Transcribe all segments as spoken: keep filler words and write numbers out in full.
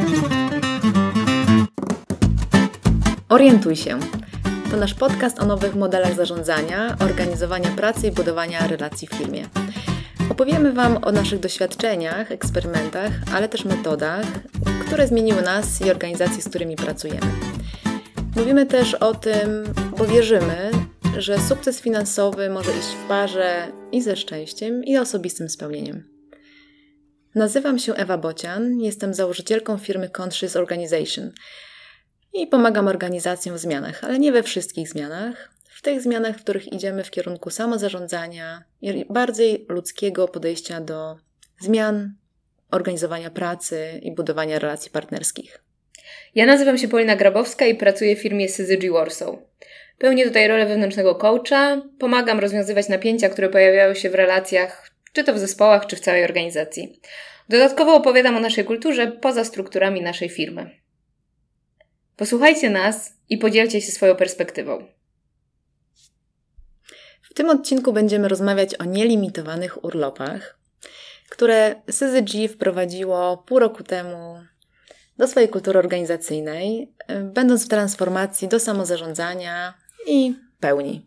Orientuj się. To nasz podcast o nowych modelach zarządzania, organizowania pracy i budowania relacji w firmie. Opowiemy Wam o naszych doświadczeniach, eksperymentach, ale też metodach, które zmieniły nas i organizacje, z którymi pracujemy. Mówimy też o tym, bo wierzymy, że sukces finansowy może iść w parze i ze szczęściem, i osobistym spełnieniem. Nazywam się Ewa Bocian, jestem założycielką firmy Conscious Organization i pomagam organizacjom w zmianach, ale nie we wszystkich zmianach. W tych zmianach, w których idziemy w kierunku samozarządzania i bardziej ludzkiego podejścia do zmian, organizowania pracy i budowania relacji partnerskich. Ja nazywam się Paulina Grabowska i pracuję w firmie C Z G Warsaw. Pełnię tutaj rolę wewnętrznego coacha, pomagam rozwiązywać napięcia, które pojawiają się w relacjach, czy to w zespołach, czy w całej organizacji. Dodatkowo opowiadam o naszej kulturze poza strukturami naszej firmy. Posłuchajcie nas i podzielcie się swoją perspektywą. W tym odcinku będziemy rozmawiać o nielimitowanych urlopach, które C Z G wprowadziło pół roku temu do swojej kultury organizacyjnej, będąc w transformacji do samozarządzania i pełni.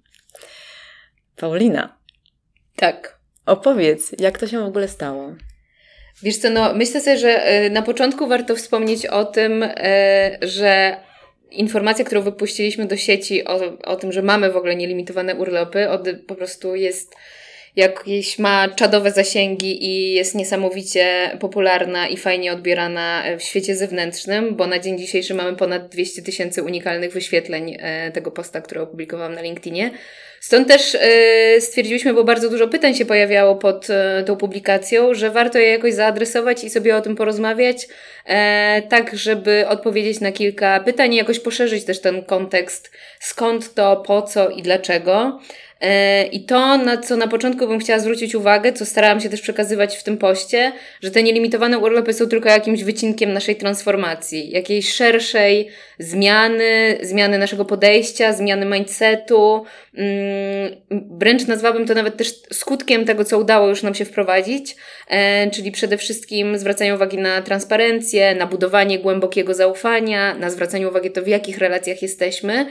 Paulina. Tak. Opowiedz, jak to się w ogóle stało? Wiesz co, no myślę sobie, że na początku warto wspomnieć o tym, że informacja, którą wypuściliśmy do sieci o, o tym, że mamy w ogóle nielimitowane urlopy, od, po prostu jest jakieś, ma czadowe zasięgi i jest niesamowicie popularna i fajnie odbierana w świecie zewnętrznym, bo na dzień dzisiejszy mamy ponad dwieście tysięcy unikalnych wyświetleń e, tego posta, który opublikowałam na LinkedInie. Stąd też e, stwierdziliśmy, bo bardzo dużo pytań się pojawiało pod e, tą publikacją, że warto je jakoś zaadresować i sobie o tym porozmawiać, e, tak żeby odpowiedzieć na kilka pytań i jakoś poszerzyć też ten kontekst, skąd to, po co i dlaczego. I to, na co na początku bym chciała zwrócić uwagę, co starałam się też przekazywać w tym poście, że te nielimitowane urlopy są tylko jakimś wycinkiem naszej transformacji, jakiejś szerszej zmiany, zmiany naszego podejścia, zmiany mindsetu. Wręcz nazwałabym to nawet też skutkiem tego, co udało już nam się wprowadzić, czyli przede wszystkim zwracanie uwagi na transparencję, na budowanie głębokiego zaufania, na zwracanie uwagi to, w jakich relacjach jesteśmy,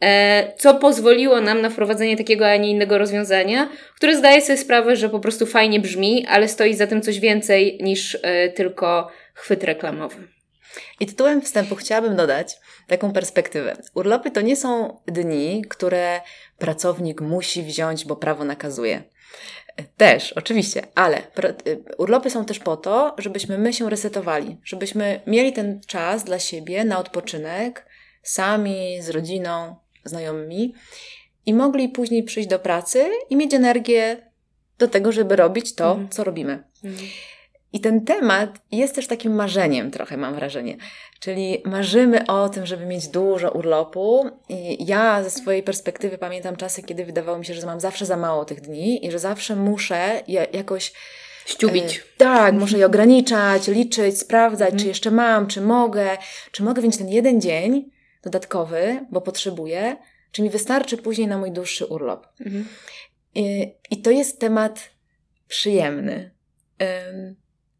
co pozwoliło nam na wprowadzenie takiego, a nie innego rozwiązania, które zdaje sobie sprawę, że po prostu fajnie brzmi, ale stoi za tym coś więcej niż tylko chwyt reklamowy. I tytułem wstępu chciałabym dodać taką perspektywę. Urlopy to nie są dni, które pracownik musi wziąć, bo prawo nakazuje. Też, oczywiście, ale urlopy są też po to, żebyśmy my się resetowali, żebyśmy mieli ten czas dla siebie na odpoczynek, sami, z rodziną, znajomymi i mogli później przyjść do pracy i mieć energię do tego, żeby robić to, mm. co robimy. Mm. I ten temat jest też takim marzeniem trochę, mam wrażenie. Czyli marzymy o tym, żeby mieć dużo urlopu. I ja ze swojej perspektywy pamiętam czasy, kiedy wydawało mi się, że mam zawsze za mało tych dni i że zawsze muszę je jakoś ściubić. E, tak, muszę je ograniczać, liczyć, sprawdzać, mm. czy jeszcze mam, czy mogę, czy mogę wziąć ten jeden dzień dodatkowy, bo potrzebuję, czy mi wystarczy później na mój dłuższy urlop. Mm. I, I to jest temat przyjemny. Um,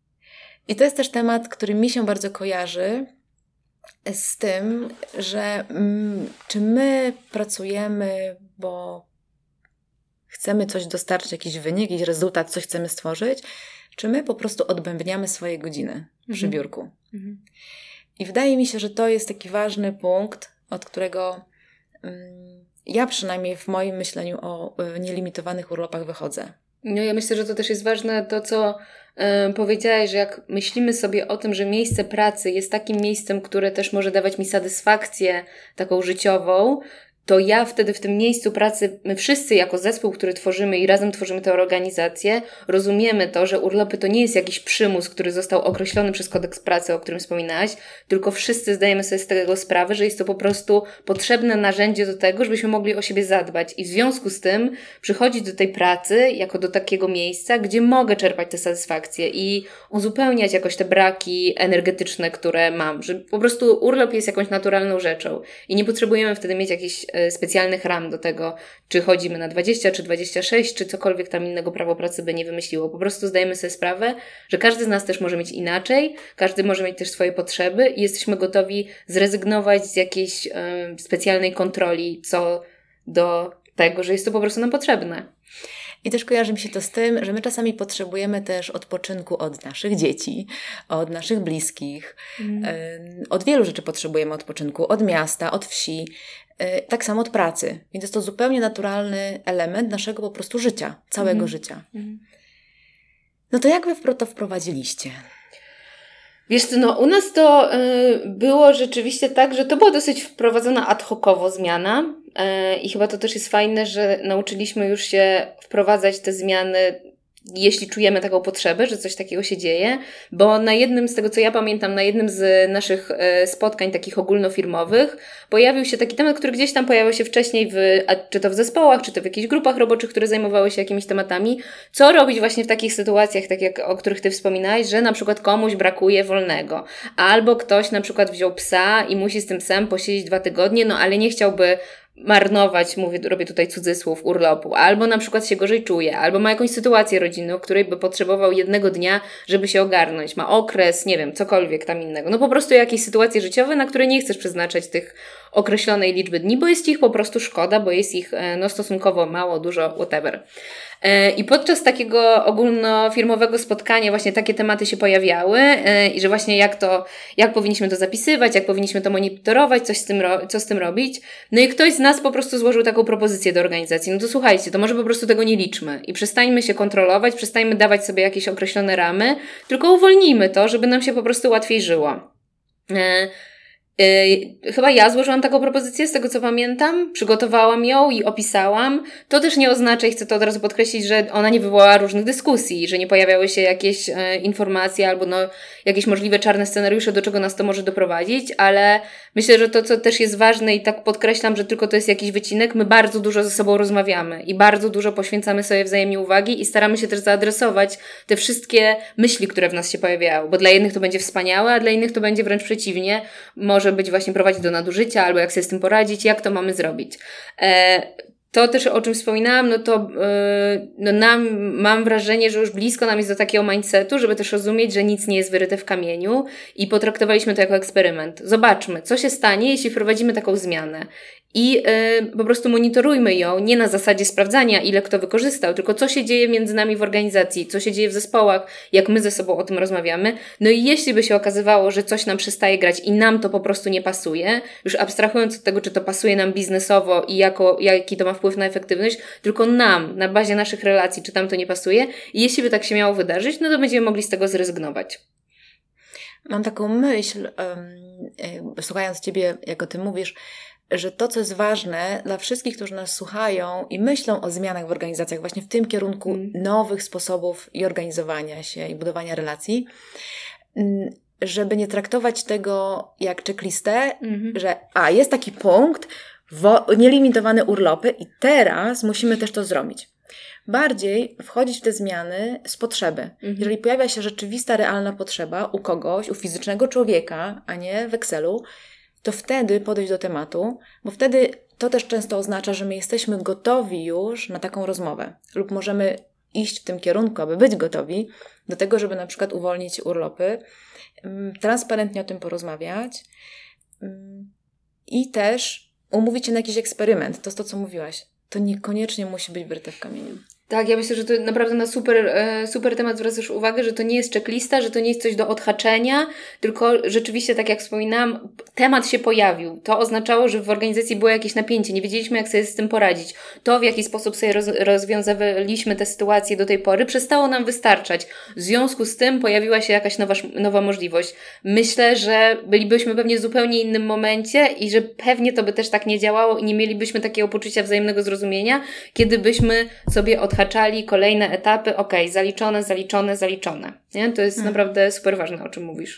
I to jest też temat, który mi się bardzo kojarzy z tym, że mm, czy my pracujemy, bo chcemy coś dostarczyć, jakiś wynik, jakiś rezultat, coś chcemy stworzyć, czy my po prostu odbębniamy swoje godziny przy mm-hmm. biurku. Mm-hmm. I wydaje mi się, że to jest taki ważny punkt, od którego mm, ja przynajmniej w moim myśleniu o y, nielimitowanych urlopach wychodzę. No ja myślę, że to też jest ważne to, co yy, powiedziałaś, że jak myślimy sobie o tym, że miejsce pracy jest takim miejscem, które też może dawać mi satysfakcję taką życiową, to ja wtedy w tym miejscu pracy, my wszyscy jako zespół, który tworzymy i razem tworzymy tę organizację, rozumiemy to, że urlopy to nie jest jakiś przymus, który został określony przez kodeks pracy, o którym wspominałaś, tylko wszyscy zdajemy sobie z tego sprawę, że jest to po prostu potrzebne narzędzie do tego, żebyśmy mogli o siebie zadbać i w związku z tym przychodzić do tej pracy jako do takiego miejsca, gdzie mogę czerpać tę satysfakcję i uzupełniać jakoś te braki energetyczne, które mam, że po prostu urlop jest jakąś naturalną rzeczą i nie potrzebujemy wtedy mieć jakichś e, specjalnych ram do tego, czy chodzimy na dwadzieścia, czy dwadzieścia sześć, czy cokolwiek tam innego prawo pracy by nie wymyśliło. Po prostu zdajemy sobie sprawę, że każdy z nas też może mieć inaczej, każdy może mieć też swoje potrzeby i jesteśmy gotowi zrezygnować z jakiejś e, specjalnej kontroli co do tego, że jest to po prostu nam potrzebne. I też kojarzy mi się to z tym, że my czasami potrzebujemy też odpoczynku od naszych dzieci, od naszych bliskich. Mm. Od wielu rzeczy potrzebujemy odpoczynku. Od miasta, od wsi, tak samo od pracy. Więc jest to zupełnie naturalny element naszego po prostu życia, całego mm. życia. Mm. No to jak wy to wprowadziliście? Wiesz co, no u nas to y, było rzeczywiście tak, że to była dosyć wprowadzona ad hocowo zmiana y, i chyba to też jest fajne, że nauczyliśmy już się wprowadzać te zmiany, jeśli czujemy taką potrzebę, że coś takiego się dzieje, bo na jednym, z tego co ja pamiętam, na jednym z naszych e, spotkań takich ogólnofirmowych pojawił się taki temat, który gdzieś tam pojawił się wcześniej, w, a, czy to w zespołach, czy to w jakichś grupach roboczych, które zajmowały się jakimiś tematami. Co robić właśnie w takich sytuacjach, tak jak o których Ty wspominałeś, że na przykład komuś brakuje wolnego, albo ktoś na przykład wziął psa i musi z tym psem posiedzieć dwa tygodnie, no ale nie chciałby marnować, mówię, robię tutaj cudzysłów, urlopu, albo na przykład się gorzej czuje, albo ma jakąś sytuację rodzinną, w której by potrzebował jednego dnia, żeby się ogarnąć, ma okres, nie wiem, cokolwiek tam innego. No po prostu jakieś sytuacje życiowe, na które nie chcesz przeznaczać tych określonej liczby dni, bo jest ich po prostu szkoda, bo jest ich no stosunkowo mało, dużo, whatever. I podczas takiego ogólnofirmowego spotkania właśnie takie tematy się pojawiały i że właśnie jak to, jak powinniśmy to zapisywać, jak powinniśmy to monitorować, coś z tym ro- co z tym robić. No i ktoś z nas po prostu złożył taką propozycję do organizacji. No to słuchajcie, to może po prostu tego nie liczmy i przestańmy się kontrolować, przestańmy dawać sobie jakieś określone ramy, tylko uwolnijmy to, żeby nam się po prostu łatwiej żyło. Yy, chyba ja złożyłam taką propozycję, z tego co pamiętam, przygotowałam ją i opisałam. To też nie oznacza, i chcę to od razu podkreślić, że ona nie wywołała różnych dyskusji, że nie pojawiały się jakieś e, informacje albo no, jakieś możliwe czarne scenariusze, do czego nas to może doprowadzić, ale myślę, że to, co też jest ważne i tak podkreślam, że tylko to jest jakiś wycinek, my bardzo dużo ze sobą rozmawiamy i bardzo dużo poświęcamy sobie wzajemnie uwagi i staramy się też zaadresować te wszystkie myśli, które w nas się pojawiają, bo dla jednych to będzie wspaniałe, a dla innych to będzie wręcz przeciwnie, może być właśnie prowadzić do nadużycia, albo jak sobie z tym poradzić, jak to mamy zrobić. E, to też, o czym wspominałam, no to e, no nam, mam wrażenie, że już blisko nam jest do takiego mindsetu, żeby też rozumieć, że nic nie jest wyryte w kamieniu i potraktowaliśmy to jako eksperyment. Zobaczmy, co się stanie, jeśli wprowadzimy taką zmianę. I y, po prostu monitorujmy ją, nie na zasadzie sprawdzania, ile kto wykorzystał, tylko co się dzieje między nami w organizacji, co się dzieje w zespołach, jak my ze sobą o tym rozmawiamy. No i jeśli by się okazywało, że coś nam przestaje grać i nam to po prostu nie pasuje, już abstrahując od tego, czy to pasuje nam biznesowo i jako, jaki to ma wpływ na efektywność, tylko nam, na bazie naszych relacji, czy tam to nie pasuje, i jeśli by tak się miało wydarzyć, no to będziemy mogli z tego zrezygnować. Mam taką myśl, um, słuchając Ciebie, jak o tym mówisz, że to, co jest ważne dla wszystkich, którzy nas słuchają i myślą o zmianach w organizacjach, właśnie w tym kierunku mm. nowych sposobów i organizowania się i budowania relacji, żeby nie traktować tego jak checklistę, mm-hmm. że a, jest taki punkt, wo, nielimitowane urlopy i teraz musimy też to zrobić. Bardziej wchodzić w te zmiany z potrzeby. Mm-hmm. Jeżeli pojawia się rzeczywista, realna potrzeba u kogoś, u fizycznego człowieka, a nie w Excelu, to wtedy podejść do tematu, bo wtedy to też często oznacza, że my jesteśmy gotowi już na taką rozmowę lub możemy iść w tym kierunku, aby być gotowi do tego, żeby na przykład uwolnić urlopy, transparentnie o tym porozmawiać i też umówić się na jakiś eksperyment. To jest to, co mówiłaś. To niekoniecznie musi być wyryte w kamieniu. Tak, ja myślę, że to naprawdę na super, super temat zwracasz uwagę, że to nie jest checklista, że to nie jest coś do odhaczenia, tylko rzeczywiście, tak jak wspominałam, temat się pojawił. To oznaczało, że w organizacji było jakieś napięcie, nie wiedzieliśmy, jak sobie z tym poradzić. To, w jaki sposób sobie roz, rozwiązywaliśmy te sytuacje do tej pory, przestało nam wystarczać. W związku z tym pojawiła się jakaś nowa, nowa możliwość. Myślę, że bylibyśmy pewnie w zupełnie innym momencie i że pewnie to by też tak nie działało i nie mielibyśmy takiego poczucia wzajemnego zrozumienia, kiedy byśmy sobie odhaczali kolejne etapy, okej, okay, zaliczone, zaliczone, zaliczone. Nie? To jest hmm. naprawdę super ważne, o czym mówisz.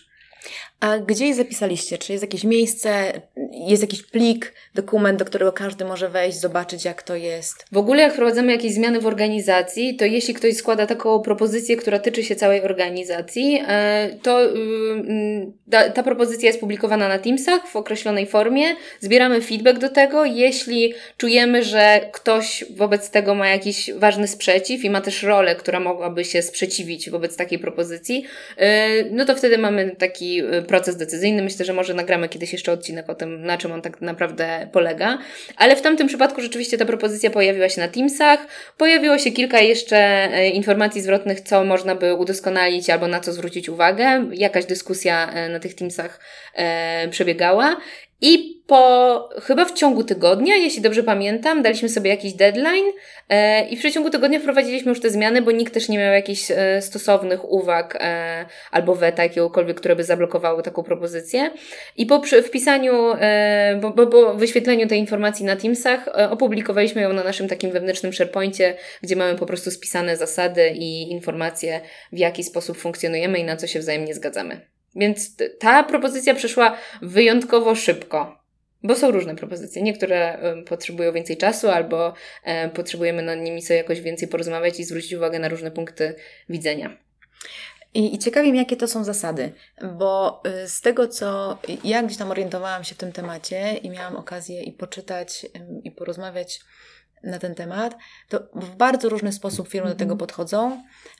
A gdzie je zapisaliście? Czy jest jakieś miejsce, jest jakiś plik, dokument, do którego każdy może wejść, zobaczyć, jak to jest? W ogóle jak wprowadzamy jakieś zmiany w organizacji, to jeśli ktoś składa taką propozycję, która tyczy się całej organizacji, to ta, ta propozycja jest publikowana na Teamsach w określonej formie. Zbieramy feedback do tego. Jeśli czujemy, że ktoś wobec tego ma jakiś ważny sprzeciw i ma też rolę, która mogłaby się sprzeciwić wobec takiej propozycji, no to wtedy mamy taki proces decyzyjny. Myślę, że może nagramy kiedyś jeszcze odcinek o tym, na czym on tak naprawdę polega. Ale w tamtym przypadku rzeczywiście ta propozycja pojawiła się na Teamsach. Pojawiło się kilka jeszcze informacji zwrotnych, co można by udoskonalić albo na co zwrócić uwagę. Jakaś dyskusja na tych Teamsach e, przebiegała. I po, chyba w ciągu tygodnia, jeśli dobrze pamiętam, daliśmy sobie jakiś deadline e, i w przeciągu tygodnia wprowadziliśmy już te zmiany, bo nikt też nie miał jakichś e, stosownych uwag e, albo weta jakiegokolwiek, które by zablokowały taką propozycję. I po przy, wpisaniu, e, bo, bo, po wyświetleniu tej informacji na Teamsach e, opublikowaliśmy ją na naszym takim wewnętrznym SharePoincie, gdzie mamy po prostu spisane zasady i informacje, w jaki sposób funkcjonujemy i na co się wzajemnie zgadzamy. Więc ta propozycja przeszła wyjątkowo szybko, bo są różne propozycje. Niektóre y, potrzebują więcej czasu albo y, potrzebujemy nad nimi sobie jakoś więcej porozmawiać i zwrócić uwagę na różne punkty widzenia. I, I ciekawi mnie, jakie to są zasady, bo y, z tego, co ja gdzieś tam orientowałam się w tym temacie i miałam okazję i poczytać y, i porozmawiać na ten temat, to w bardzo różny sposób firmy do tego podchodzą.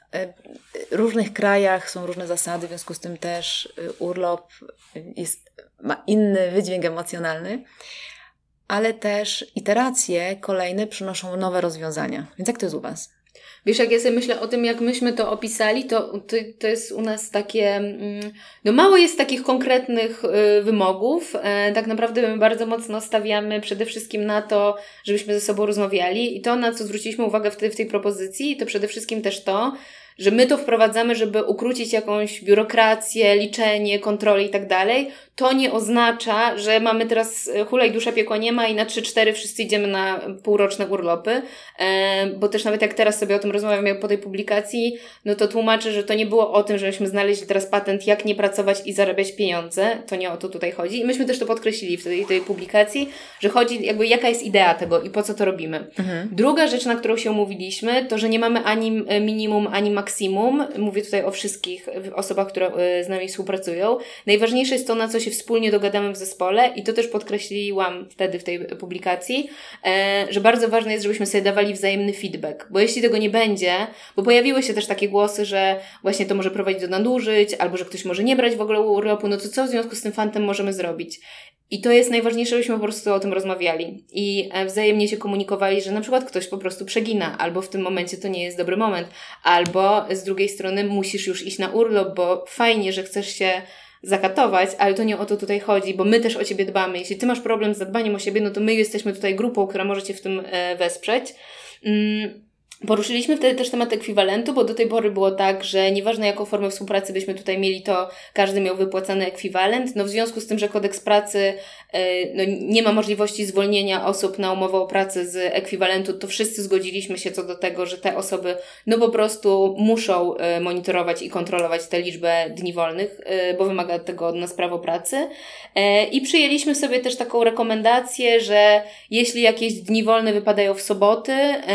W różnych krajach są różne zasady, w związku z tym też urlop jest, ma inny wydźwięk emocjonalny, ale też iteracje kolejne przynoszą nowe rozwiązania. Więc jak to jest u Was? Wiesz, jak ja sobie myślę o tym, jak myśmy to opisali, to, to, to jest u nas takie, no mało jest takich konkretnych y, wymogów. E, tak naprawdę my bardzo mocno stawiamy przede wszystkim na to, żebyśmy ze sobą rozmawiali i to, na co zwróciliśmy uwagę w, te, w tej propozycji, to przede wszystkim też to, że my to wprowadzamy, żeby ukrócić jakąś biurokrację, liczenie, kontrolę i tak dalej. To nie oznacza, że mamy teraz hulaj dusza piekła nie ma i na trzy cztery wszyscy idziemy na półroczne urlopy, e, bo też nawet jak teraz sobie o tym rozmawiamy po tej publikacji, no to tłumaczę, że to nie było o tym, żebyśmy znaleźli teraz patent, jak nie pracować i zarabiać pieniądze. To nie o to tutaj chodzi. I myśmy też to podkreślili w tej, tej publikacji, że chodzi jakby jaka jest idea tego i po co to robimy. Mhm. Druga rzecz, na którą się umówiliśmy, to, że nie mamy ani minimum, ani maksimum. Mówię tutaj o wszystkich osobach, które z nami współpracują. Najważniejsze jest to, na co się wspólnie dogadamy w zespole i to też podkreśliłam wtedy w tej publikacji, e, że bardzo ważne jest, żebyśmy sobie dawali wzajemny feedback, bo jeśli tego nie będzie, bo pojawiły się też takie głosy, że właśnie to może prowadzić do nadużyć, albo że ktoś może nie brać w ogóle urlopu, no to co w związku z tym fantem możemy zrobić? I to jest najważniejsze, żebyśmy po prostu o tym rozmawiali i wzajemnie się komunikowali, że na przykład ktoś po prostu przegina, albo w tym momencie to nie jest dobry moment, albo z drugiej strony musisz już iść na urlop, bo fajnie, że chcesz się zakatować, ale to nie o to tutaj chodzi, bo my też o Ciebie dbamy. Jeśli Ty masz problem z zadbaniem o siebie, no to my jesteśmy tutaj grupą, która może Cię w tym e, wesprzeć. Mm. Poruszyliśmy wtedy też temat ekwiwalentu, bo do tej pory było tak, że nieważne jaką formę współpracy byśmy tutaj mieli, to każdy miał wypłacany ekwiwalent. No w związku z tym, że kodeks pracy no, nie ma możliwości zwolnienia osób na umowę o pracę z ekwiwalentu, to wszyscy zgodziliśmy się co do tego, że te osoby no po prostu muszą monitorować i kontrolować tę liczbę dni wolnych, bo wymaga tego od nas prawo pracy. I przyjęliśmy sobie też taką rekomendację, że jeśli jakieś dni wolne wypadają w soboty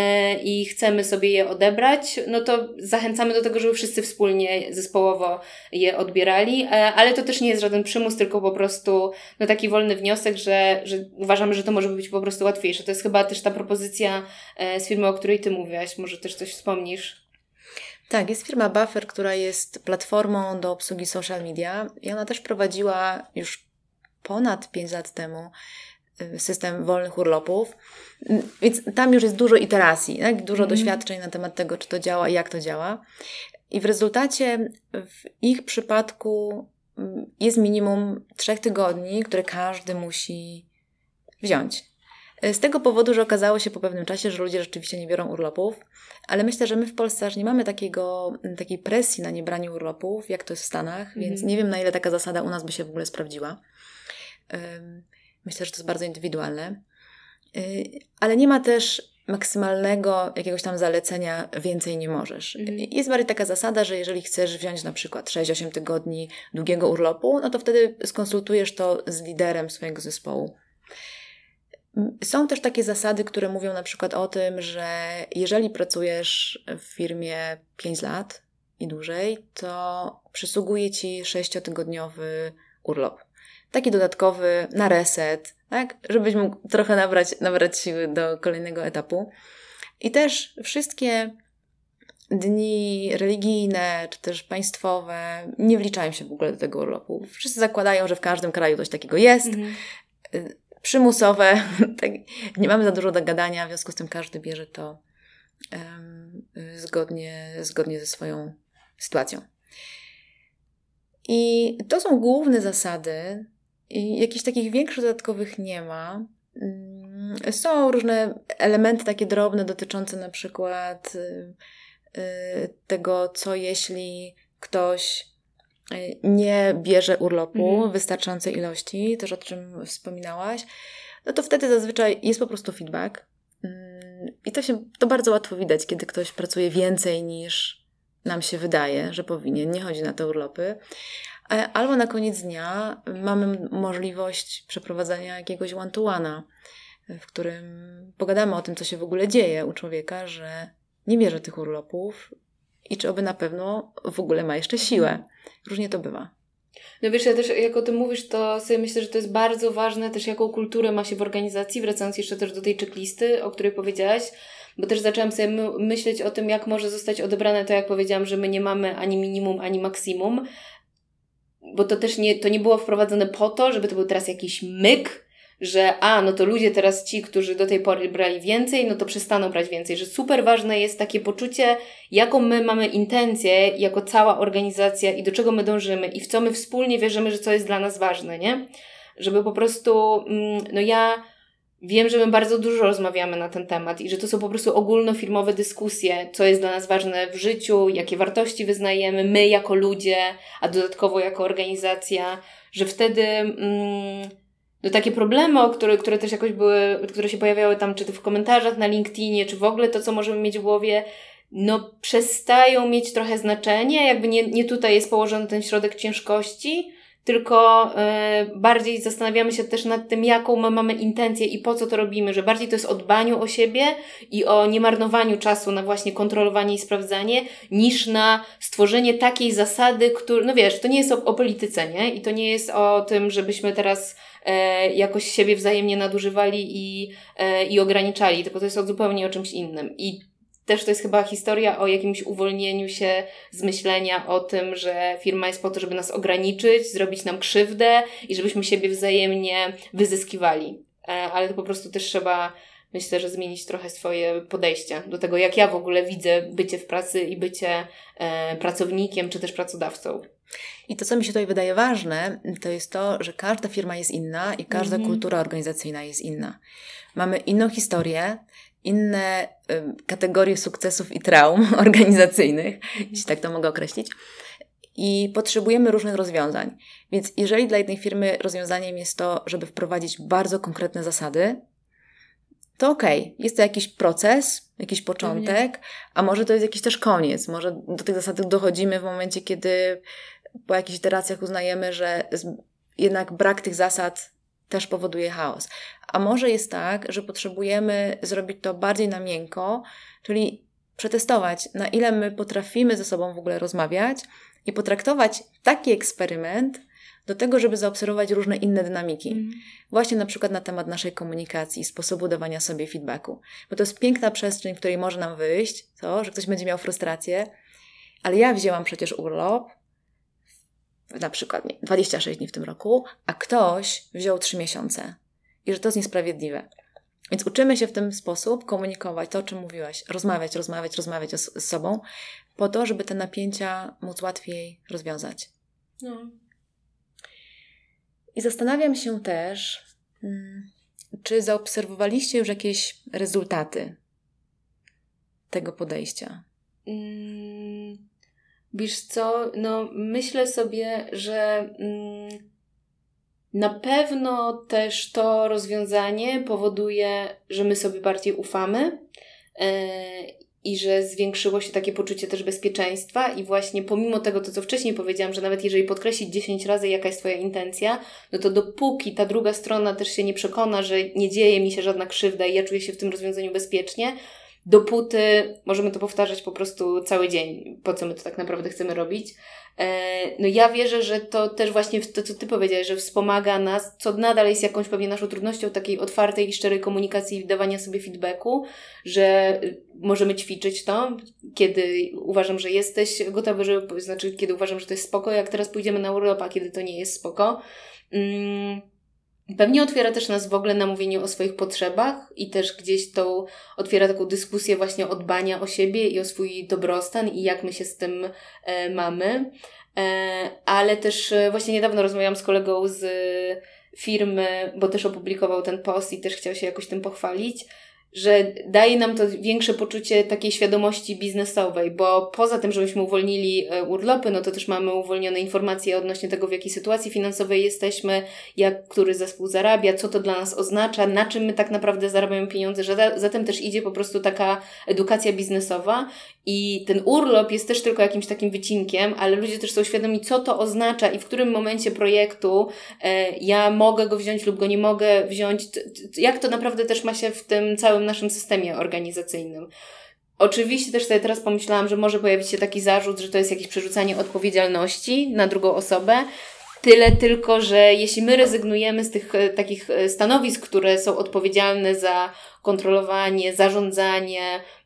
i chcemy sobie je odebrać, no to zachęcamy do tego, żeby wszyscy wspólnie, zespołowo je odbierali, ale to też nie jest żaden przymus, tylko po prostu no taki wolny wniosek, że, że uważamy, że to może być po prostu łatwiejsze. To jest chyba też ta propozycja z firmy, o której Ty mówiłaś. Może też coś wspomnisz? Tak, jest firma Buffer, która jest platformą do obsługi social media i ona też prowadziła już ponad pięć lat temu system wolnych urlopów, więc tam już jest dużo iteracji, tak? Dużo mm. doświadczeń na temat tego, czy to działa i jak to działa. I w rezultacie w ich przypadku jest minimum trzech tygodni, które każdy musi wziąć. Z tego powodu, że okazało się po pewnym czasie, że ludzie rzeczywiście nie biorą urlopów, ale myślę, że my w Polsce aż nie mamy takiego, takiej presji na niebranie urlopów, jak to jest w Stanach, mm. więc nie wiem, na ile taka zasada u nas by się w ogóle sprawdziła. Myślę, że to jest bardzo indywidualne. Ale nie ma też maksymalnego jakiegoś tam zalecenia więcej nie możesz. Mhm. Jest bardziej taka zasada, że jeżeli chcesz wziąć na przykład sześć osiem tygodni długiego urlopu, no to wtedy skonsultujesz to z liderem swojego zespołu. Są też takie zasady, które mówią na przykład o tym, że jeżeli pracujesz w firmie pięć lat i dłużej, to przysługuje Ci sześciotygodniowy urlop. Taki dodatkowy na reset, tak? Żebyś mógł trochę nabrać, nabrać siły do kolejnego etapu. I też wszystkie dni religijne, czy też państwowe nie wliczają się w ogóle do tego urlopu. Wszyscy zakładają, że w każdym kraju coś takiego jest. Mhm. Przymusowe, tak, nie mamy za dużo do gadania, w związku z tym każdy bierze to um, zgodnie, zgodnie ze swoją sytuacją. I to są główne zasady i jakichś takich większych dodatkowych nie ma. Są różne elementy takie drobne dotyczące na przykład tego, co jeśli ktoś nie bierze urlopu mhm. wystarczającej ilości, też o czym wspominałaś, no to wtedy zazwyczaj jest po prostu feedback. I to się to bardzo łatwo widać, kiedy ktoś pracuje więcej niż nam się wydaje, że powinien, nie chodzi na te urlopy. Albo na koniec dnia mamy możliwość przeprowadzenia jakiegoś one-to-one'a, w którym pogadamy o tym, co się w ogóle dzieje u człowieka, że nie bierze tych urlopów i czy oby na pewno w ogóle ma jeszcze siłę. Różnie to bywa. No wiesz, ja też jak o tym mówisz, to sobie myślę, że to jest bardzo ważne też, jaką kulturę ma się w organizacji, wracając jeszcze też do tej checklisty, o której powiedziałaś, bo też zaczęłam sobie my- myśleć o tym, jak może zostać odebrane to, jak powiedziałam, że my nie mamy ani minimum, ani maksimum, bo to też nie, to nie było wprowadzone po to, żeby to był teraz jakiś myk, że a, no to ludzie teraz ci, którzy do tej pory brali więcej, no to przestaną brać więcej, że super ważne jest takie poczucie, jaką my mamy intencję jako cała organizacja i do czego my dążymy i w co my wspólnie wierzymy, że co jest dla nas ważne, nie? Żeby po prostu, no ja wiem, że my bardzo dużo rozmawiamy na ten temat i że to są po prostu ogólnofirmowe dyskusje, co jest dla nas ważne w życiu, jakie wartości wyznajemy, my jako ludzie, a dodatkowo jako organizacja, że wtedy mm, no takie problemy, o które, które też jakoś były, które się pojawiały tam, czy to w komentarzach na LinkedInie, czy w ogóle to, co możemy mieć w głowie, no przestają mieć trochę znaczenie, jakby nie, nie tutaj jest położony ten środek ciężkości, tylko y, bardziej zastanawiamy się też nad tym, jaką my mamy intencję i po co to robimy, że bardziej to jest o dbaniu o siebie i o niemarnowaniu czasu na właśnie kontrolowanie i sprawdzanie, niż na stworzenie takiej zasady, który, no wiesz, to nie jest o, o polityce, nie? I to nie jest o tym, żebyśmy teraz e, jakoś siebie wzajemnie nadużywali i, e, i ograniczali, tylko to jest o zupełnie o czymś innym. I też to jest chyba historia o jakimś uwolnieniu się z myślenia o tym, że firma jest po to, żeby nas ograniczyć, zrobić nam krzywdę i żebyśmy siebie wzajemnie wyzyskiwali. Ale to po prostu też trzeba, myślę, że zmienić trochę swoje podejście do tego, jak ja w ogóle widzę bycie w pracy i bycie e, pracownikiem czy też pracodawcą. I to, co mi się tutaj wydaje ważne, to jest to, że każda firma jest inna i każda mm-hmm. kultura organizacyjna jest inna. Mamy inną historię, inne y, kategorie sukcesów i traum organizacyjnych, jeśli tak to mogę określić, i potrzebujemy różnych rozwiązań. Więc jeżeli dla jednej firmy rozwiązaniem jest to, żeby wprowadzić bardzo konkretne zasady, to okej, okay, jest to jakiś proces, jakiś początek, a może to jest jakiś też koniec. Może do tych zasad dochodzimy w momencie, kiedy po jakichś iteracjach uznajemy, że jednak brak tych zasad też powoduje chaos. A może jest tak, że potrzebujemy zrobić to bardziej na miękko, czyli przetestować, na ile my potrafimy ze sobą w ogóle rozmawiać i potraktować taki eksperyment do tego, żeby zaobserwować różne inne dynamiki. Mm. Właśnie na przykład na temat naszej komunikacji, sposobu dawania sobie feedbacku. Bo to jest piękna przestrzeń, w której może nam wyjść to, że ktoś będzie miał frustrację, ale ja wzięłam przecież urlop, na przykład nie, dwadzieścia sześć dni w tym roku, a ktoś wziął trzy miesiące. I że to jest niesprawiedliwe. Więc uczymy się w ten sposób komunikować to, o czym mówiłaś. Rozmawiać, rozmawiać, rozmawiać z, z sobą, po to, żeby te napięcia móc łatwiej rozwiązać. No. I zastanawiam się też, hmm, czy zaobserwowaliście już jakieś rezultaty tego podejścia? Mm, wiesz co, no myślę sobie, że mm, na pewno też to rozwiązanie powoduje, że my sobie bardziej ufamy i że zwiększyło się takie poczucie też bezpieczeństwa i właśnie pomimo tego, to co wcześniej powiedziałam, że nawet jeżeli podkreślić dziesięć razy jaka jest Twoja intencja, no to dopóki ta druga strona też się nie przekona, że nie dzieje mi się żadna krzywda i ja czuję się w tym rozwiązaniu bezpiecznie, dopóty możemy to powtarzać po prostu cały dzień, po co my to tak naprawdę chcemy robić. No ja wierzę, że to też właśnie to, co Ty powiedziałeś, że wspomaga nas, co nadal jest jakąś pewnie naszą trudnością takiej otwartej i szczerej komunikacji i dawania sobie feedbacku, że możemy ćwiczyć to, kiedy uważam, że jesteś gotowy, żeby, znaczy kiedy uważam, że to jest spoko, jak teraz pójdziemy na urlop, a kiedy to nie jest spoko. Mm. Pewnie otwiera też nas w ogóle na mówieniu o swoich potrzebach i też gdzieś to otwiera taką dyskusję właśnie o dbania o siebie i o swój dobrostan i jak my się z tym e, mamy. E, ale też e, właśnie niedawno rozmawiałam z kolegą z firmy, bo też opublikował ten post i też chciał się jakoś tym pochwalić, że daje nam to większe poczucie takiej świadomości biznesowej, bo poza tym, że myśmy uwolnili urlopy, no to też mamy uwolnione informacje odnośnie tego, w jakiej sytuacji finansowej jesteśmy, jak który zespół zarabia, co to dla nas oznacza, na czym my tak naprawdę zarabiamy pieniądze, że za, zatem też idzie po prostu taka edukacja biznesowa i ten urlop jest też tylko jakimś takim wycinkiem, ale ludzie też są świadomi, co to oznacza i w którym momencie projektu e, ja mogę go wziąć lub go nie mogę wziąć, t, t, jak to naprawdę też ma się w tym całym naszym systemie organizacyjnym. Oczywiście też sobie teraz pomyślałam, że może pojawić się taki zarzut, że to jest jakieś przerzucanie odpowiedzialności na drugą osobę. Tyle tylko, że jeśli my rezygnujemy z tych e, takich stanowisk, które są odpowiedzialne za kontrolowanie, zarządzanie,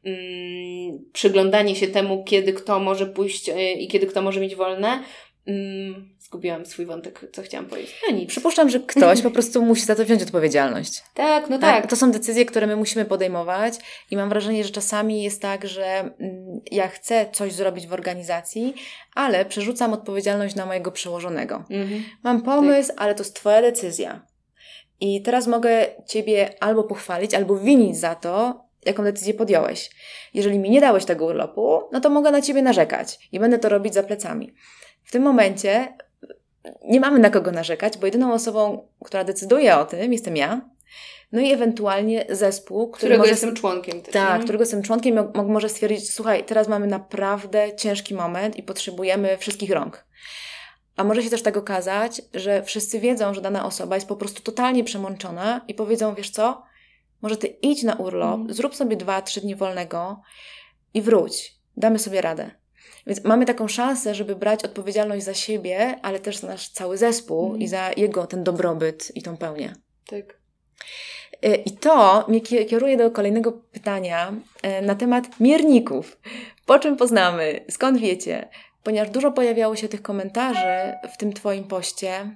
mm, przyglądanie się temu, kiedy kto może pójść e, i kiedy kto może mieć wolne, mm, zgubiłam swój wątek, co chciałam powiedzieć. No nic. Przypuszczam, że ktoś po prostu musi za to wziąć odpowiedzialność. Tak, no tak. tak. To są decyzje, które my musimy podejmować i mam wrażenie, że czasami jest tak, że mm, ja chcę coś zrobić w organizacji, ale przerzucam odpowiedzialność na mojego przełożonego. Mhm. Mam pomysł, tak. ale to jest Twoja decyzja. I teraz mogę Ciebie albo pochwalić, albo winić za to, jaką decyzję podjąłeś. Jeżeli mi nie dałeś tego urlopu, no to mogę na Ciebie narzekać i będę to robić za plecami. W tym momencie nie mamy na kogo narzekać, bo jedyną osobą, która decyduje o tym, jestem ja. No i ewentualnie zespół, który którego może, jestem członkiem. Też, tak, nie? którego jestem członkiem, mo- może stwierdzić, słuchaj, teraz mamy naprawdę ciężki moment i potrzebujemy wszystkich rąk. A może się też tak okazać, że wszyscy wiedzą, że dana osoba jest po prostu totalnie przemączona i powiedzą, wiesz co, może ty idź na urlop, mm. zrób sobie dwa, trzy dni wolnego i wróć. Damy sobie radę. Więc mamy taką szansę, żeby brać odpowiedzialność za siebie, ale też za nasz cały zespół mm. i za jego ten dobrobyt i tą pełnię. Tak. I to mnie kieruje do kolejnego pytania na temat mierników. Po czym poznamy? Skąd wiecie? Ponieważ dużo pojawiało się tych komentarzy w tym Twoim poście,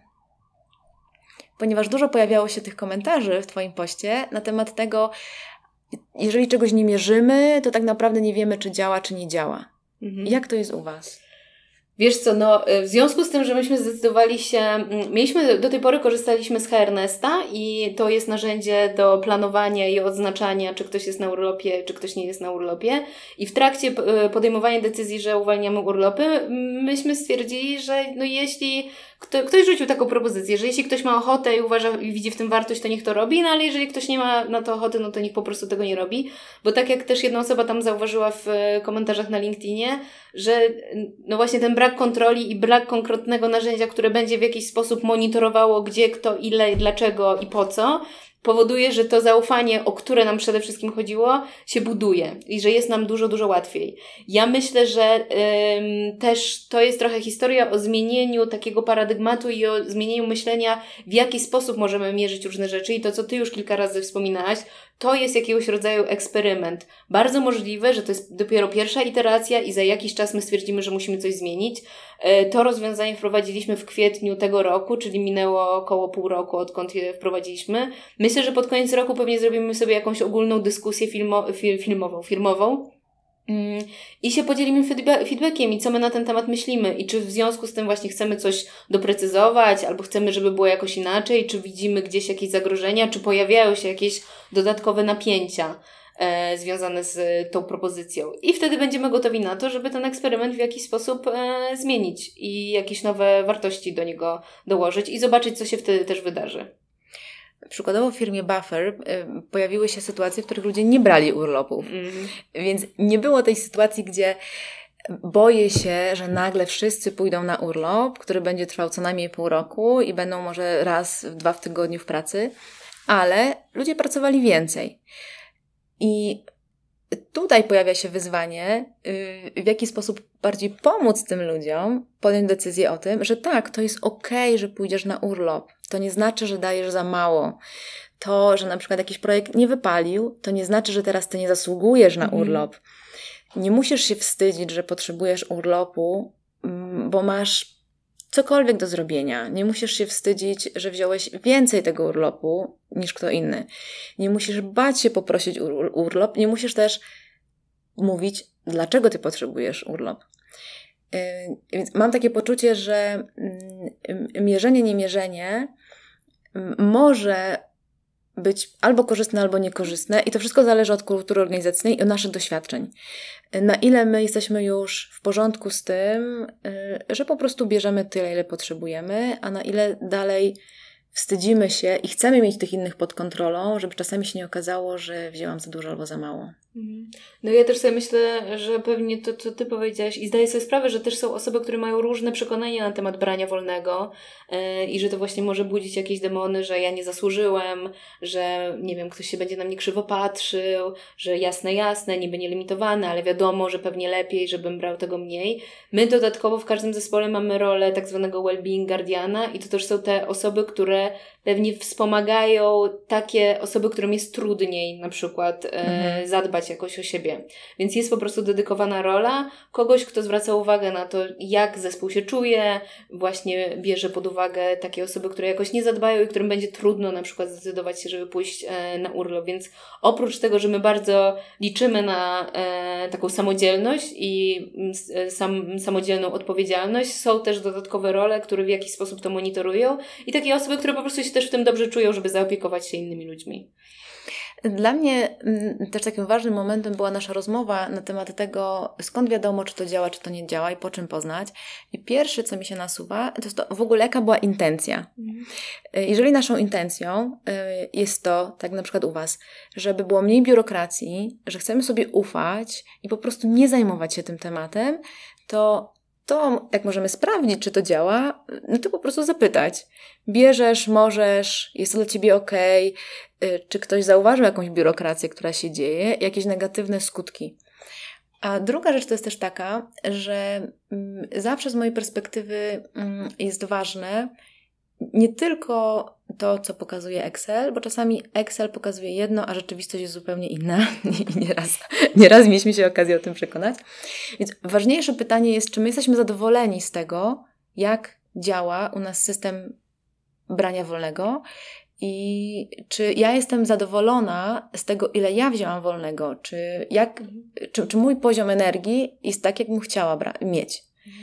ponieważ dużo pojawiało się tych komentarzy w Twoim poście na temat tego, jeżeli czegoś nie mierzymy, to tak naprawdę nie wiemy, czy działa, czy nie działa. Mhm. Jak to jest u Was? Wiesz co, no w związku z tym, że myśmy zdecydowali się, mieliśmy, do tej pory korzystaliśmy z H R Nesta i to jest narzędzie do planowania i odznaczania, czy ktoś jest na urlopie, czy ktoś nie jest na urlopie i w trakcie podejmowania decyzji, że uwalniamy urlopy, myśmy stwierdzili, że no jeśli kto, ktoś rzucił taką propozycję, że jeśli ktoś ma ochotę i uważa i widzi w tym wartość, to niech to robi, no ale jeżeli ktoś nie ma na to ochoty, no to niech po prostu tego nie robi, bo tak jak też jedna osoba tam zauważyła w komentarzach na LinkedInie, że no właśnie ten brak kontroli i brak konkretnego narzędzia, które będzie w jakiś sposób monitorowało gdzie, kto, ile, dlaczego i po co, powoduje, że to zaufanie, o które nam przede wszystkim chodziło, się buduje i że jest nam dużo, dużo łatwiej. Ja myślę, że ym, też to jest trochę historia o zmienieniu takiego paradygmatu i o zmienieniu myślenia, w jaki sposób możemy mierzyć różne rzeczy i to, co Ty już kilka razy wspominałaś, to jest jakiegoś rodzaju eksperyment. Bardzo możliwe, że to jest dopiero pierwsza iteracja i za jakiś czas my stwierdzimy, że musimy coś zmienić. To rozwiązanie wprowadziliśmy w kwietniu tego roku, czyli minęło około pół roku, odkąd je wprowadziliśmy. Myślę, że pod koniec roku pewnie zrobimy sobie jakąś ogólną dyskusję filmo, fil, filmową, firmową mm, i się podzielimy feedbackiem i co my na ten temat myślimy i czy w związku z tym właśnie chcemy coś doprecyzować albo chcemy, żeby było jakoś inaczej, czy widzimy gdzieś jakieś zagrożenia, czy pojawiają się jakieś dodatkowe napięcia e, związane z tą propozycją. I wtedy będziemy gotowi na to, żeby ten eksperyment w jakiś sposób e, zmienić i jakieś nowe wartości do niego dołożyć i zobaczyć, co się wtedy też wydarzy. Przykładowo w firmie Buffer y, pojawiły się sytuacje, w których ludzie nie brali urlopów. Mm. Więc nie było tej sytuacji, gdzie boję się, że nagle wszyscy pójdą na urlop, który będzie trwał co najmniej pół roku i będą może raz, dwa w tygodniu w pracy, ale ludzie pracowali więcej. I tutaj pojawia się wyzwanie, w jaki sposób bardziej pomóc tym ludziom podjąć decyzję o tym, że tak, to jest okej, że pójdziesz na urlop. To nie znaczy, że dajesz za mało. To, że na przykład jakiś projekt nie wypalił, to nie znaczy, że teraz ty nie zasługujesz na mhm. urlop. Nie musisz się wstydzić, że potrzebujesz urlopu, bo masz cokolwiek do zrobienia. Nie musisz się wstydzić, że wziąłeś więcej tego urlopu niż kto inny. Nie musisz bać się poprosić ur- urlop. Nie musisz też mówić, dlaczego ty potrzebujesz urlop. Yy, więc mam takie poczucie, że yy, mierzenie, niemierzenie yy, może być albo korzystne, albo niekorzystne i to wszystko zależy od kultury organizacyjnej i od naszych doświadczeń. Na ile my jesteśmy już w porządku z tym, że po prostu bierzemy tyle, ile potrzebujemy, a na ile dalej wstydzimy się i chcemy mieć tych innych pod kontrolą, żeby czasami się nie okazało, że wzięłam za dużo albo za mało. No ja też sobie myślę, że pewnie to, co ty powiedziałaś i zdaję sobie sprawę, że też są osoby, które mają różne przekonania na temat brania wolnego yy, i że to właśnie może budzić jakieś demony, że ja nie zasłużyłem, że nie wiem, ktoś się będzie na mnie krzywo patrzył, że jasne, jasne, niby nielimitowane, ale wiadomo, że pewnie lepiej, żebym brał tego mniej. My dodatkowo w każdym zespole mamy rolę tak zwanego well-being guardiana i to też są te osoby, które pewnie wspomagają takie osoby, którym jest trudniej na przykład e, mhm. zadbać jakoś o siebie. Więc jest po prostu dedykowana rola kogoś, kto zwraca uwagę na to, jak zespół się czuje, właśnie bierze pod uwagę takie osoby, które jakoś nie zadbają i którym będzie trudno na przykład zdecydować się, żeby pójść e, na urlop. Więc oprócz tego, że my bardzo liczymy na e, taką samodzielność i e, sam, samodzielną odpowiedzialność, są też dodatkowe role, które w jakiś sposób to monitorują i takie osoby, które po prostu się też w tym dobrze czują, żeby zaopiekować się innymi ludźmi. Dla mnie też takim ważnym momentem była nasza rozmowa na temat tego, skąd wiadomo, czy to działa, czy to nie działa i po czym poznać. I pierwsze, co mi się nasuwa, to jest to w ogóle jaka była intencja. Mhm. Jeżeli naszą intencją jest to, tak na przykład u Was, żeby było mniej biurokracji, że chcemy sobie ufać i po prostu nie zajmować się tym tematem, to to jak możemy sprawdzić, czy to działa, no to po prostu zapytać. Bierzesz, możesz, jest to dla Ciebie okej, okay, czy ktoś zauważył jakąś biurokrację, która się dzieje, jakieś negatywne skutki. A druga rzecz to jest też taka, że zawsze z mojej perspektywy jest ważne nie tylko to, co pokazuje Excel, bo czasami Excel pokazuje jedno, a rzeczywistość jest zupełnie inna. I nieraz, nieraz mieliśmy się okazję o tym przekonać. Więc ważniejsze pytanie jest, czy my jesteśmy zadowoleni z tego, jak działa u nas system brania wolnego i czy ja jestem zadowolona z tego, ile ja wzięłam wolnego, czy, jak, czy, czy mój poziom energii jest tak, jak bym chciała bra- mieć.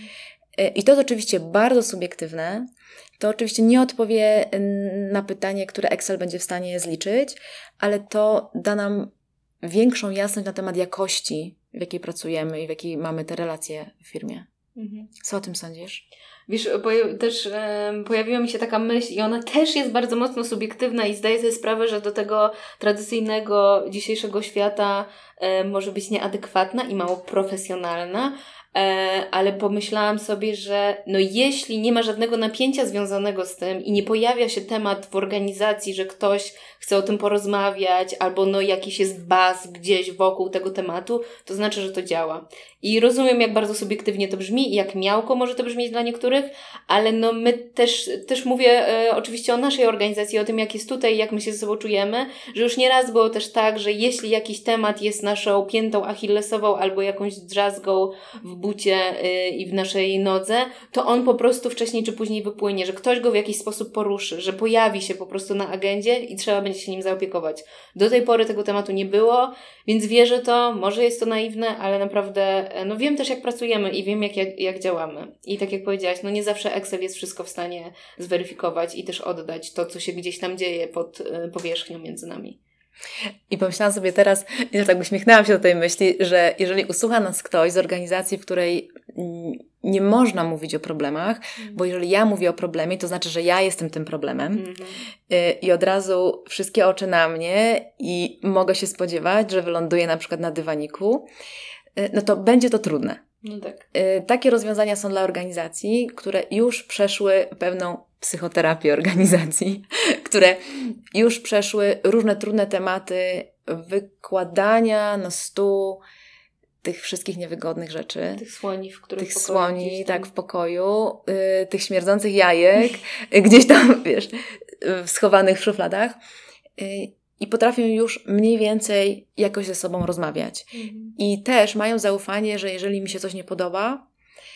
I to jest oczywiście bardzo subiektywne. To oczywiście nie odpowie na pytanie, które Excel będzie w stanie zliczyć, ale to da nam większą jasność na temat jakości, w jakiej pracujemy i w jakiej mamy te relacje w firmie. Mhm. Co o tym sądzisz? Wiesz, poja- też e, pojawiła mi się taka myśl i ona też jest bardzo mocno subiektywna i zdaję sobie sprawę, że do tego tradycyjnego dzisiejszego świata e, może być nieadekwatna i mało profesjonalna, ale pomyślałam sobie, że no jeśli nie ma żadnego napięcia związanego z tym i nie pojawia się temat w organizacji, że ktoś chce o tym porozmawiać albo no jakiś jest buzz gdzieś wokół tego tematu, to znaczy, że to działa. I rozumiem, jak bardzo subiektywnie to brzmi i jak miałko może to brzmieć dla niektórych, ale no my też, też mówię e, oczywiście o naszej organizacji, o tym, jak jest tutaj, jak my się ze sobą czujemy, że już nieraz było też tak, że jeśli jakiś temat jest naszą piętą achillesową albo jakąś drzazgą w bucie y, i w naszej nodze, to on po prostu wcześniej czy później wypłynie, że ktoś go w jakiś sposób poruszy, że pojawi się po prostu na agendzie i trzeba będzie się nim zaopiekować. Do tej pory tego tematu nie było, więc wierzę to, może jest to naiwne, ale naprawdę no wiem też, jak pracujemy i wiem, jak, jak, jak działamy. I tak jak powiedziałaś, no nie zawsze Excel jest wszystko w stanie zweryfikować i też oddać to, co się gdzieś tam dzieje pod y, powierzchnią między nami. I pomyślałam sobie teraz, i tak uśmiechnęłam się do tej myśli, że jeżeli usłucha nas ktoś z organizacji, w której nie można mówić o problemach, bo jeżeli ja mówię o problemie, to znaczy, że ja jestem tym problemem mm-hmm. i od razu wszystkie oczy na mnie i mogę się spodziewać, że wyląduję na przykład na dywaniku, no to będzie to trudne. No tak. Takie rozwiązania są dla organizacji, które już przeszły pewną psychoterapię organizacji, które już przeszły różne trudne tematy wykładania na stół tych wszystkich niewygodnych rzeczy. Tych słoni, w których Tych słoni, tak, w pokoju, y, tych śmierdzących jajek, gdzieś tam, wiesz, schowanych w szufladach. Y, I potrafią już mniej więcej jakoś ze sobą rozmawiać. Mhm. I też mają zaufanie, że jeżeli mi się coś nie podoba,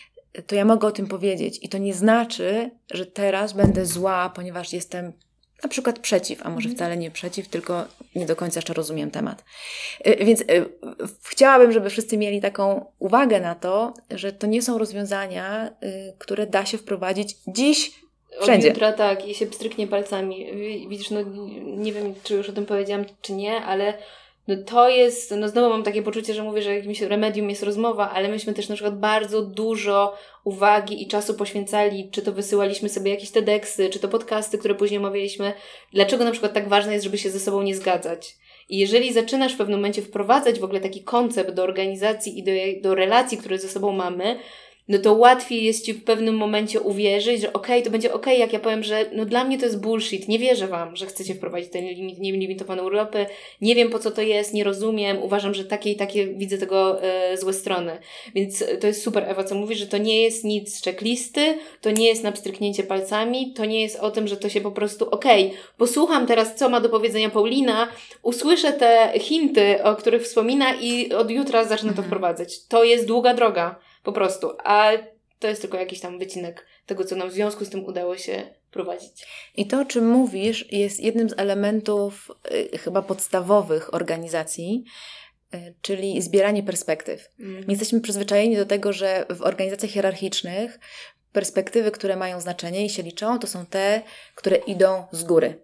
to ja mogę o tym powiedzieć. I to nie znaczy, że teraz będę zła, ponieważ jestem na przykład przeciw, a może wcale nie przeciw, tylko nie do końca jeszcze rozumiem temat. Więc chciałabym, żeby wszyscy mieli taką uwagę na to, że to nie są rozwiązania, które da się wprowadzić dziś wszędzie. Od jutra tak, i się pstryknie palcami. Widzisz, no nie wiem, czy już o tym powiedziałam, czy nie, ale no to jest, no znowu mam takie poczucie, że mówię, że jakimś remedium jest rozmowa, ale myśmy też na przykład bardzo dużo uwagi i czasu poświęcali, czy to wysyłaliśmy sobie jakieś TEDxy, czy to podcasty, które później omawialiśmy, dlaczego na przykład tak ważne jest, żeby się ze sobą nie zgadzać. I jeżeli zaczynasz w pewnym momencie wprowadzać w ogóle taki koncept do organizacji i do, do relacji, które ze sobą mamy, no to łatwiej jest Ci w pewnym momencie uwierzyć, że okej, okay, to będzie okej, okay, jak ja powiem, że no dla mnie to jest bullshit, nie wierzę Wam, że chcecie wprowadzić te limit, nielimitowane urlopy, nie wiem po co to jest, nie rozumiem, uważam, że takie i takie widzę tego e, złe strony. Więc to jest super, Ewa, co mówisz, że to nie jest nic z checklisty, to nie jest na pstryknięcie palcami, to nie jest o tym, że to się po prostu okej, okay, posłucham teraz, co ma do powiedzenia Paulina, usłyszę te hinty, o których wspomina i od jutra zacznę to wprowadzać. To jest długa droga. Po prostu. A to jest tylko jakiś tam wycinek tego, co nam w związku z tym udało się prowadzić. I to, o czym mówisz, jest jednym z elementów y, chyba podstawowych organizacji, y, czyli zbieranie perspektyw. Mm. My jesteśmy przyzwyczajeni do tego, że w organizacjach hierarchicznych perspektywy, które mają znaczenie i się liczą, to są te, które idą z góry.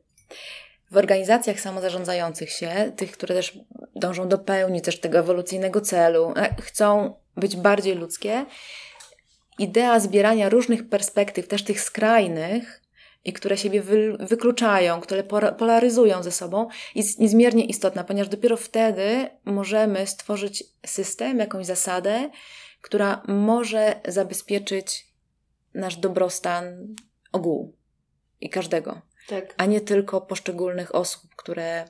W organizacjach samozarządzających się, tych, które też dążą do pełni też tego ewolucyjnego celu, chcą być bardziej ludzkie, idea zbierania różnych perspektyw, też tych skrajnych, i które siebie wy, wykluczają, które polaryzują ze sobą, jest niezmiernie istotna, ponieważ dopiero wtedy możemy stworzyć system, jakąś zasadę, która może zabezpieczyć nasz dobrostan ogółu i każdego. Tak. A nie tylko poszczególnych osób, które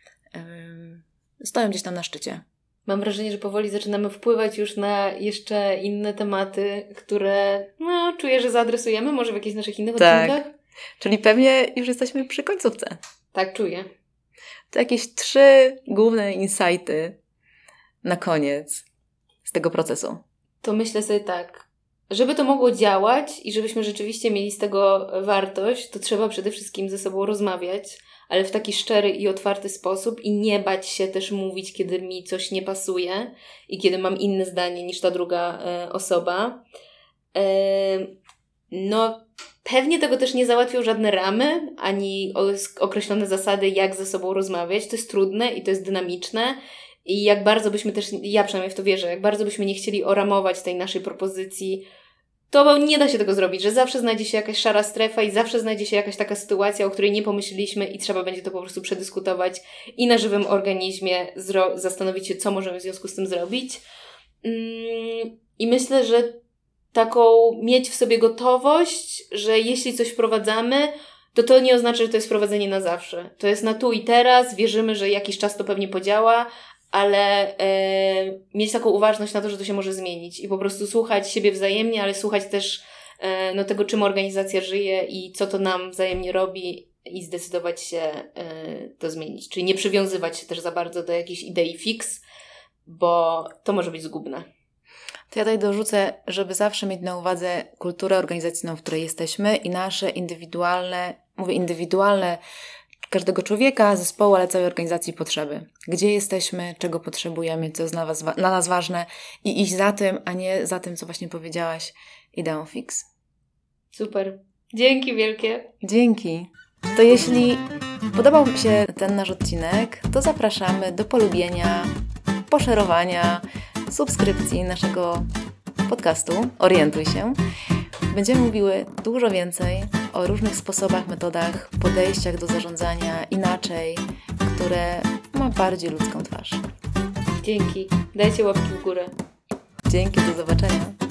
um, stoją gdzieś tam na szczycie. Mam wrażenie, że powoli zaczynamy wpływać już na jeszcze inne tematy, które no, czuję, że zaadresujemy może w jakichś naszych innych tak. odcinkach. Czyli pewnie już jesteśmy przy końcówce. Tak, czuję. To jakieś trzy główne insighty na koniec z tego procesu. To myślę sobie tak. Żeby to mogło działać i żebyśmy rzeczywiście mieli z tego wartość, to trzeba przede wszystkim ze sobą rozmawiać, ale w taki szczery i otwarty sposób i nie bać się też mówić, kiedy mi coś nie pasuje i kiedy mam inne zdanie niż ta druga e, osoba. E, no, pewnie tego też nie załatwią żadne ramy, ani określone zasady, jak ze sobą rozmawiać. To jest trudne i to jest dynamiczne. I jak bardzo byśmy też, ja przynajmniej w to wierzę, jak bardzo byśmy nie chcieli oramować tej naszej propozycji, to nie da się tego zrobić, że zawsze znajdzie się jakaś szara strefa i zawsze znajdzie się jakaś taka sytuacja, o której nie pomyśleliśmy i trzeba będzie to po prostu przedyskutować i na żywym organizmie zro- zastanowić się, co możemy w związku z tym zrobić. Ym, I myślę, że taką mieć w sobie gotowość, że jeśli coś wprowadzamy, to to nie oznacza, że to jest wprowadzenie na zawsze. To jest na tu i teraz, wierzymy, że jakiś czas to pewnie podziała, ale e, mieć taką uważność na to, że to się może zmienić i po prostu słuchać siebie wzajemnie, ale słuchać też e, no, tego, czym organizacja żyje i co to nam wzajemnie robi i zdecydować się e, to zmienić. Czyli nie przywiązywać się też za bardzo do jakiejś idei fix, bo to może być zgubne. To ja tutaj dorzucę, żeby zawsze mieć na uwadze kulturę organizacyjną, w której jesteśmy i nasze indywidualne, mówię indywidualne, każdego człowieka, zespołu, ale całej organizacji potrzeby. Gdzie jesteśmy, czego potrzebujemy, co jest dla, was, dla nas ważne i iść za tym, a nie za tym, co właśnie powiedziałaś, ideą fix. Super. Dzięki wielkie. Dzięki. To jeśli podobał mi się ten nasz odcinek, to zapraszamy do polubienia, poszerowania, subskrypcji naszego podcastu Orientuj się będziemy mówiły dużo więcej o różnych sposobach, metodach, podejściach do zarządzania inaczej, które ma bardziej ludzką twarz. Dzięki. Dajcie łapki w górę. Dzięki, do zobaczenia.